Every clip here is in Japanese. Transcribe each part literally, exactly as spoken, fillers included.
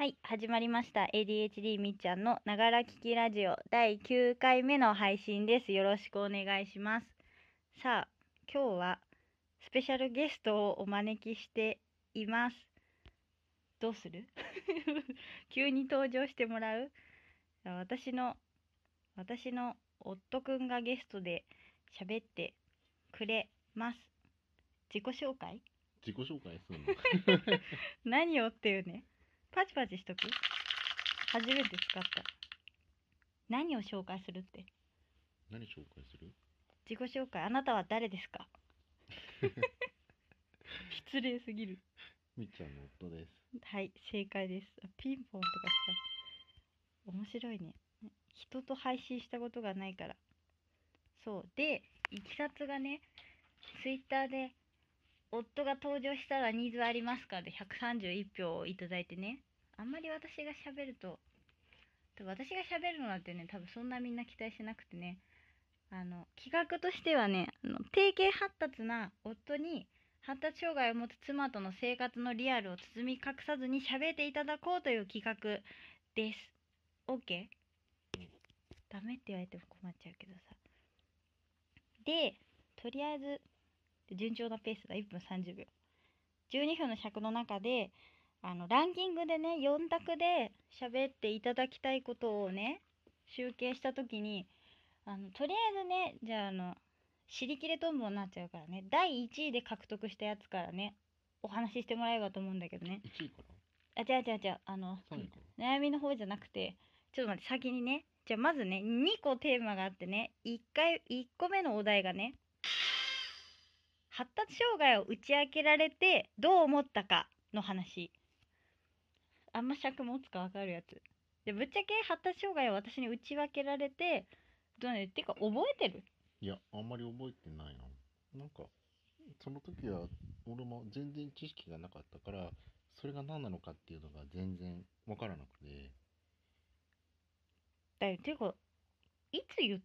はい、始まりました。エーディーエイチディー みっちゃんのながら聞きラジオだいきゅうかいめの配信です。よろしくお願いします。さあ、今日はスペシャルゲストをお招きしています。どうする急に登場してもらう？私の、私の夫くんがゲストで喋ってくれます。自己紹介自己紹介するの何をっていうね。パチパチしとく？初めて使った。何を紹介するって。 何紹介する？ 自己紹介、あなたは誰ですか？失礼すぎる。 みっちゃんの夫です。 はい、正解です。ピンポンとか使う。面白いね。人と配信したことがないから。そうで、いきさつがね、ツイッターで夫が登場したらニーズありますかでひゃくさんじゅういちぴょうをいただいてね、あんまり私が喋ると、私が喋るのなんてね、多分そんなみんな期待してなくてね、あの企画としてはね、あの定型発達な夫に発達障害を持つ妻との生活のリアルを包み隠さずに喋っていただこうという企画です。 OK？ ダメって言われても困っちゃうけどさ。で、とりあえず順調なペースだ。いっぷんさんじゅうびょう、じゅうにふんの尺の中であのランキングでね、よん択で喋っていただきたいことをね集計した時に、あのとりあえずね、じゃああの尻切れトンボになっちゃうからね、だいいちいで獲得したやつからねお話ししてもらえばと思うんだけどね。 いちいからあ、違う違う違う、あのさんいか悩みの方じゃなくて、ちょっと待って、先にね、じゃあまずねにこテーマがあってね、いっかいいっこめのお題がね、発達障害を打ち明けられてどう思ったかの話。あんま尺持つか分かるやつで、ぶっちゃけ発達障害を私に打ち分けられてどうねっていうか、覚えてる？ いや、あんまり覚えてないな。なんか、その時は俺も全然知識がなかったから、それが何なのかっていうのが全然わからなくて。 だよ。ていうか、いつ言った？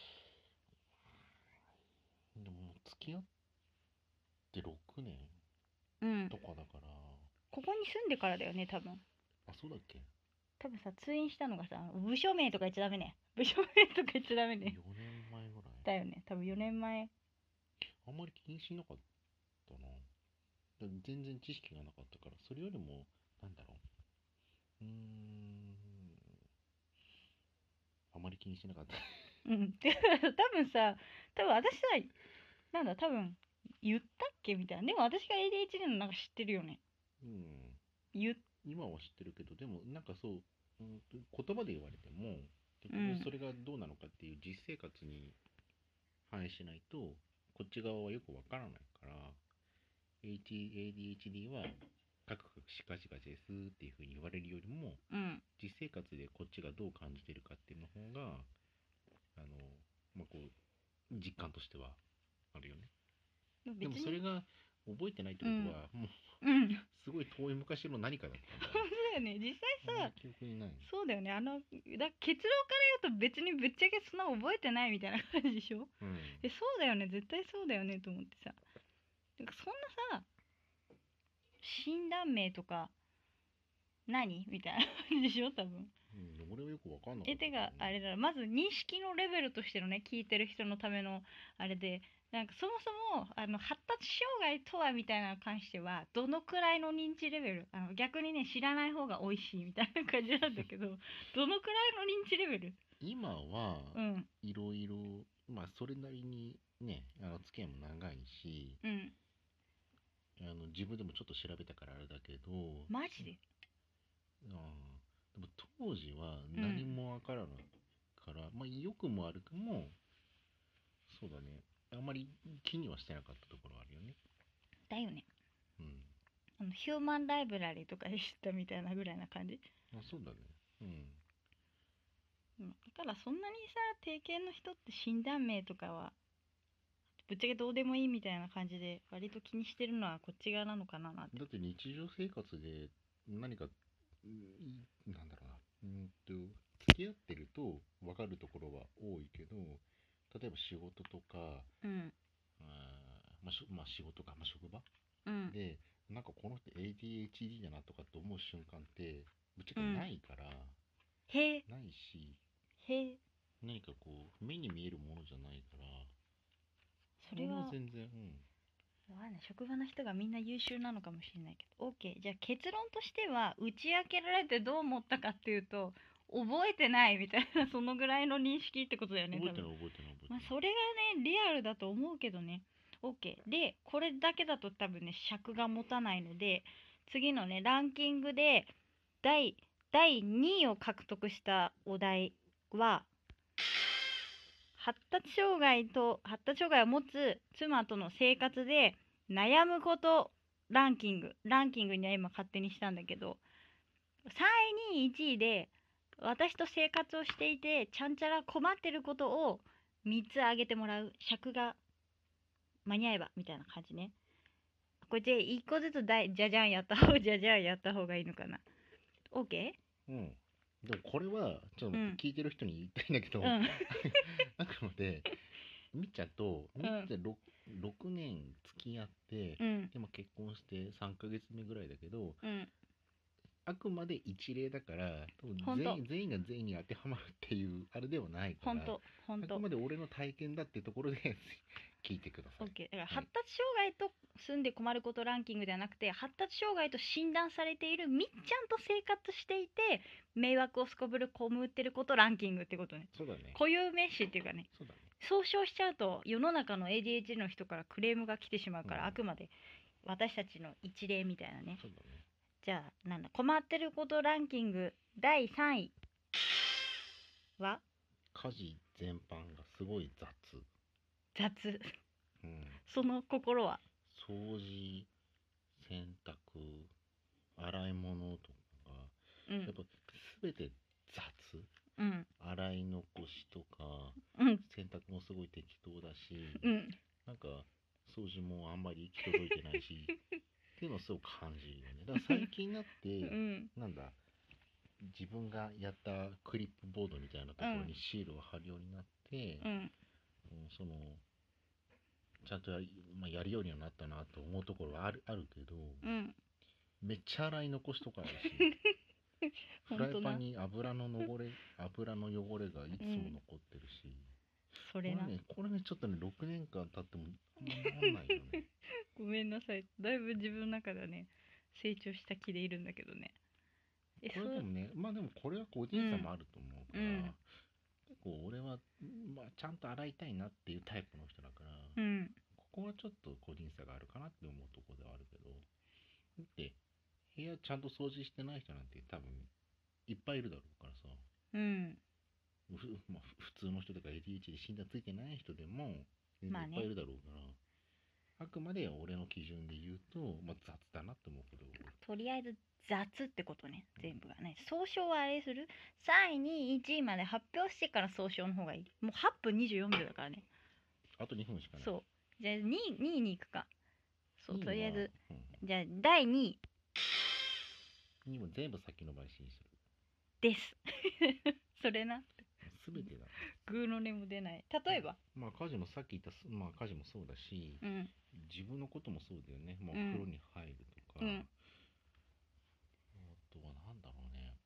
でももう付き合ってろくねんうん、 とかだから。 ここに住んでからだよね、多分。 あ、そうだっけ？ 多分さ、通院したのがさ、部署名とか言っちゃダメね。部署名とか言っちゃダメね。 よねんまえぐらい。 だよね、多分よねんまえ。 あんまり気にしなかったな。だ全然知識がなかったから、それよりも、なんだろう。うーん、あまり気にしなかった。 うん。てか多分さ、多分私さ、なんだ、多分言ったっけみたいな。でも私が エーディーエイチディー のなんか知ってるよね。 うん。 言っ今は知ってるけど、でもなんかそう、うんと、言葉で言われても結うん。 局それがどうなのかっていう実生活に反映しないとこっち側はよくわからないから、 エーディーエイチディー はカクカクしかじかじですっていう風に言われるよりも、 うん。 実生活でこっちがどう感じてるかっていうの方が、あの、まあ、こう実感としてはあるよね。でも別に。 それが覚えてないってうん。 ことはもううん。 すごい遠い昔の何かだったんだ本よね。 当だよね。実際さ、 あんまり記憶にない。 そうだよね。あの、だ結論から言うと別にぶっちゃけそんな覚えてないみたいな感じでしょ？ うん。 え、そうだよね。絶対そうだよねと思ってさ。なんかそんなさ、診断名とか何みたいな感じでしょ多分。 うん、俺はよく分かんなかえ、 ったてか、あけどね。 れだ、まず認識のレベルとしてのね、聞いてる人のためのあれで、なんかそもそもあの発達障害とはみたいなのに関してはどのくらいの認知レベル、あの逆にね知らない方が美味しいみたいな感じなんだけど、どのくらいの認知レベル？ 今はうん。 いろいろ、まあそれなりにね、あの付き合いも長いし、 うん。 あの自分でもちょっと調べたからあれだけど、 マジで？ うん、でも当時はうん。 何もわからないから、まあ良くも悪くも、そうだね、あんまり気にはしてなかったところはあるよね。 だよね。 うん。 あのヒューマンライブラリとかで知ったみたいなぐらいな感じ。 あ、そうだね。うん。 うん、だからそんなにさ、定型の人って診断名とかはぶっちゃけどうでもいいみたいな感じで割と気にしてるのはこっち側なのかななんて。 だって日常生活で何か、うん、なんだろうな、うんと、付き合ってると分かるところは多いけど、例えば仕事とか、 うん。 あーまあ、しょまあ、仕事か、まあ、職場うん。 でなんかこの人 エーディーエイチディー だなとかって思う瞬間ってぶっちゃけないから、 へえないし、 へえ何かこう目に見えるものじゃないから、 それは俺は全然、うんわかんない、職場の人がみんな優秀なのかもしれないけど OK。 じゃあ結論としては、打ち明けられてどう思ったかっていうと、覚えてないみたいなそのぐらいの認識ってことだよね、 覚えて多分。 ない覚えてない覚えてまあ、 ない。 それがねリアルだと思うけどね。 OK で、これだけだと多分ね尺が持たないので、次のねランキングで第第にいを獲得したお題は、発達障害と発達障害を持つ妻との生活で悩むことランキングランキングには今勝手にしたんだけど、さんいにいいちいで私と生活をしていてちゃんちゃら困ってることをみっつ挙げてもらう。尺が間に合えばみたいな感じね。これでいっこずつだいじゃじゃんやった方じゃじゃんやった方がいいのかな。 OK？ うんでもこれはちょっとうん聞いてる人に言いたいんだけど、 うんあくまでみっちゃんとみっうんちゃん 6, 6年付き合って、 うん今結婚してさんかげつめぐらいだけど、 うんあくまで一例だから多分ほんと全員全員が全員に当てはまるっていうあれではないから、 ほんとほんとあくまで俺の体験だっていうところで聞いてください。 OK。だからはい発達障害と住んで困ることランキングではなくて、発達障害と診断されているみっちゃんと生活していて迷惑をすこぶる被ってることランキングってことね。 そうだね固有名詞っていうかね、 そうだね総称しちゃうと世の中の エーディーエイチディー の人からクレームが来てしまうから、 うんあくまで私たちの一例みたいなね。 そうだねじゃあなんだ、困ってることランキングだいさんいは家事全般がすごい雑、 雑。 うん、 その心は。 掃除洗濯洗い物とかうんがやっぱ全て雑、 うん洗い残しとかうん洗濯もすごい適当だし、 うんなんか掃除もあんまり行き届いてないしっていうのをすごく感じるよね。だから最近になってうんなんだ自分がやったクリップボードみたいなところにシールを貼るようになって、 うんうんそのちゃんとやり、まあ、やるようにはなったなと思うところはあるあるけど、 うんめっちゃ洗い残しとかあるしフライほんとな。 パンに油の汚れ油の汚れがいつも残ってるし、 それな。 これねこれねちょっとねろくねんかん経ってもあんま治んないよねごめんなさい。だいぶ自分の中ではね成長した気でいるんだけどね。えこれでもねまあでもこれは個人差もあると思うから、 うん結構俺は、まあ、ちゃんと洗いたいなっていうタイプの人だから、 うんここはちょっと個人差があるかなって思うところではあるけど、だって部屋ちゃんと掃除してない人なんて多分いっぱいいるだろうからさ、 うんふまあ、ふ普通の人とか エーディーエイチディー 診断ついてない人でも全まあね然いっぱいいるだろうから、あくまで俺の基準で言うと、まあ、雑だなって思うことが多い。 とりあえず雑ってことね、全部がね。総称はあれする？ さん いにいいちいまで発表してから総称の方がいい。もうはっぷんにじゅうよんびょうだからね。 あとにふんしかない。 そうじゃあ に, にいに行くか。そういいのはとりあえずうん、 じゃあだいにいにも全部先延ばしにする。 ですそれな。 すべてだ。 グーの音も出ない。例えばまあ家事もさっき言ったす、まあ家事もそうだし、 うん自分のこともそうだよね。まあ、 うんお風呂に入るとか、 うんあとはなんだろうね。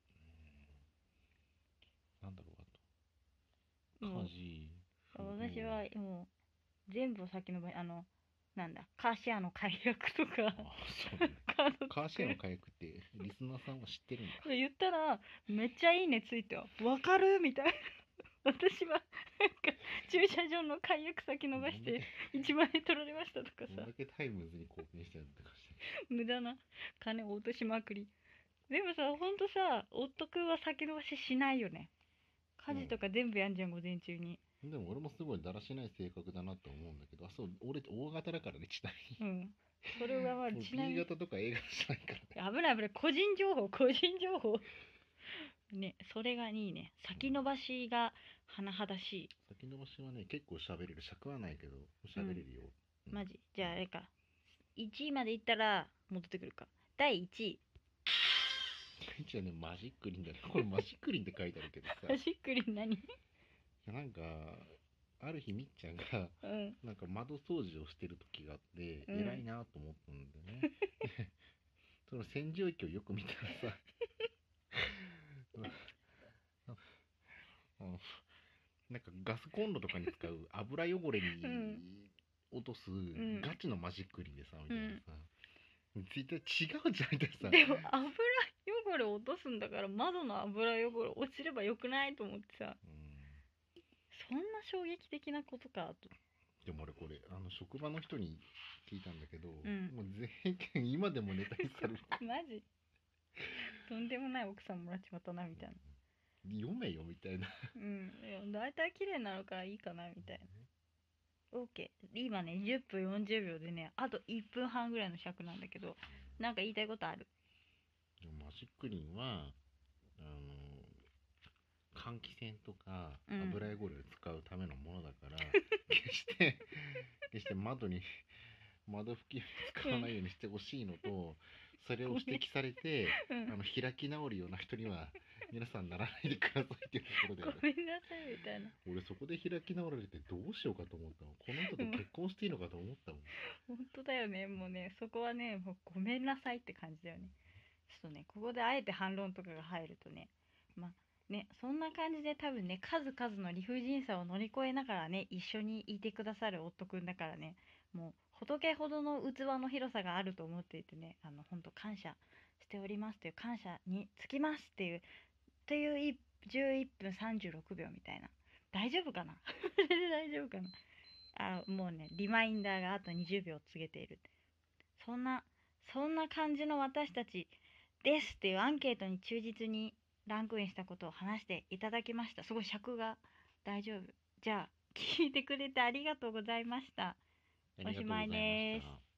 うん、なんだろうあと。 もう家事、風呂私はもう全部先の場合、あのなんだカーシェアの解約とかあ、そうだね。 カードカーシェアの作解約ってリスナーさんは知ってるんだ。 る言ったらめっちゃいいねついてわかるみたいな。私はなんか駐車場の解約先伸ばしていちまんえん取られましたとかさ、 どんだけタイムズに貢献してるんだかして。 無駄な金を落としまくり。でもさほんとさ夫くんは先延ばししないよね。家事とか全部やんじゃん午前中に。 でも俺もすごいだらしない性格だなと思うんだけど、あ、そう、俺大型だからね、ちなみに。 うんそれを上回る。 もうちなみ B に型とか A 型じゃないからね。 危ない危ない、個人情報個人情報ね。それがいいね。先延ばしが甚だしい。 先延ばしはね、結構喋れる。尺はないけど、喋れるよ。うんマジじゃああれか、いちいまでいったら戻ってくるか。だいいちい一応ね、マジックリンだね。これマジックリンって書いてあるけどさ。 マジックリン何？ いやなんか、 ある日みっちゃんがうんなんか窓掃除をしてる時があって、 うん偉いなと思ったんだよね。その洗浄液をよく見たらさあのなんかガスコンロとかに使う油汚れにうん落とすんガチのマジックリンでさ、みたいなさ、 う絶対違うじゃんみたいなさ、 でも油汚れ落とすんだから窓の油汚れ落ちればよくないと思ってさ、 うん、 そんな衝撃的なことかと。 でも俺これあの職場の人に聞いたんだけど、 うんもう全員今でもネタにされるマジとんでもない奥さんもらっちまったなみたいな。 読めよみたいな。 うんいやだいたい綺麗なのからいいかなみたいな。OK 今ねじゅっぷんよんじゅうびょうでね、あといっぷんはんぐらいの尺なんだけど、なんか言いたいことある？ でもマジックリンはあの換気扇とかうん油汚れを使うためのものだから、決して決して窓に窓拭きを使わないようにしてほしいのと、それを指摘されてうんあの開き直るような人には皆さんならないでくださいっていうところだよね。 ごめんなさいみたいな。 俺そこで開き直られてどうしようかと思ったの。この人と結婚していいのかと思ったもん。 本当だよね。もうねそこはねもうごめんなさいって感じだよね。ちょっとねここであえて反論とかが入るとね、まあねそんな感じで多分ね数々の理不尽さを乗り越えながらね一緒にいてくださる夫くんだからね、もう仏ほどの器の広さがあると思っていてね、あの本当感謝しておりますという感謝につきますっていうといういじゅういっぷんさんじゅうろくびょうみたいな。大丈夫かなそれで大丈夫かな。あもうねリマインダーがあとにじゅうびょう告げている。そんなそんな感じの私たちですっていうアンケートに忠実にランクインしたことを話していただきました。すごい尺が大丈夫。じゃあ聞いてくれてありがとうございました。 ありがとうございました。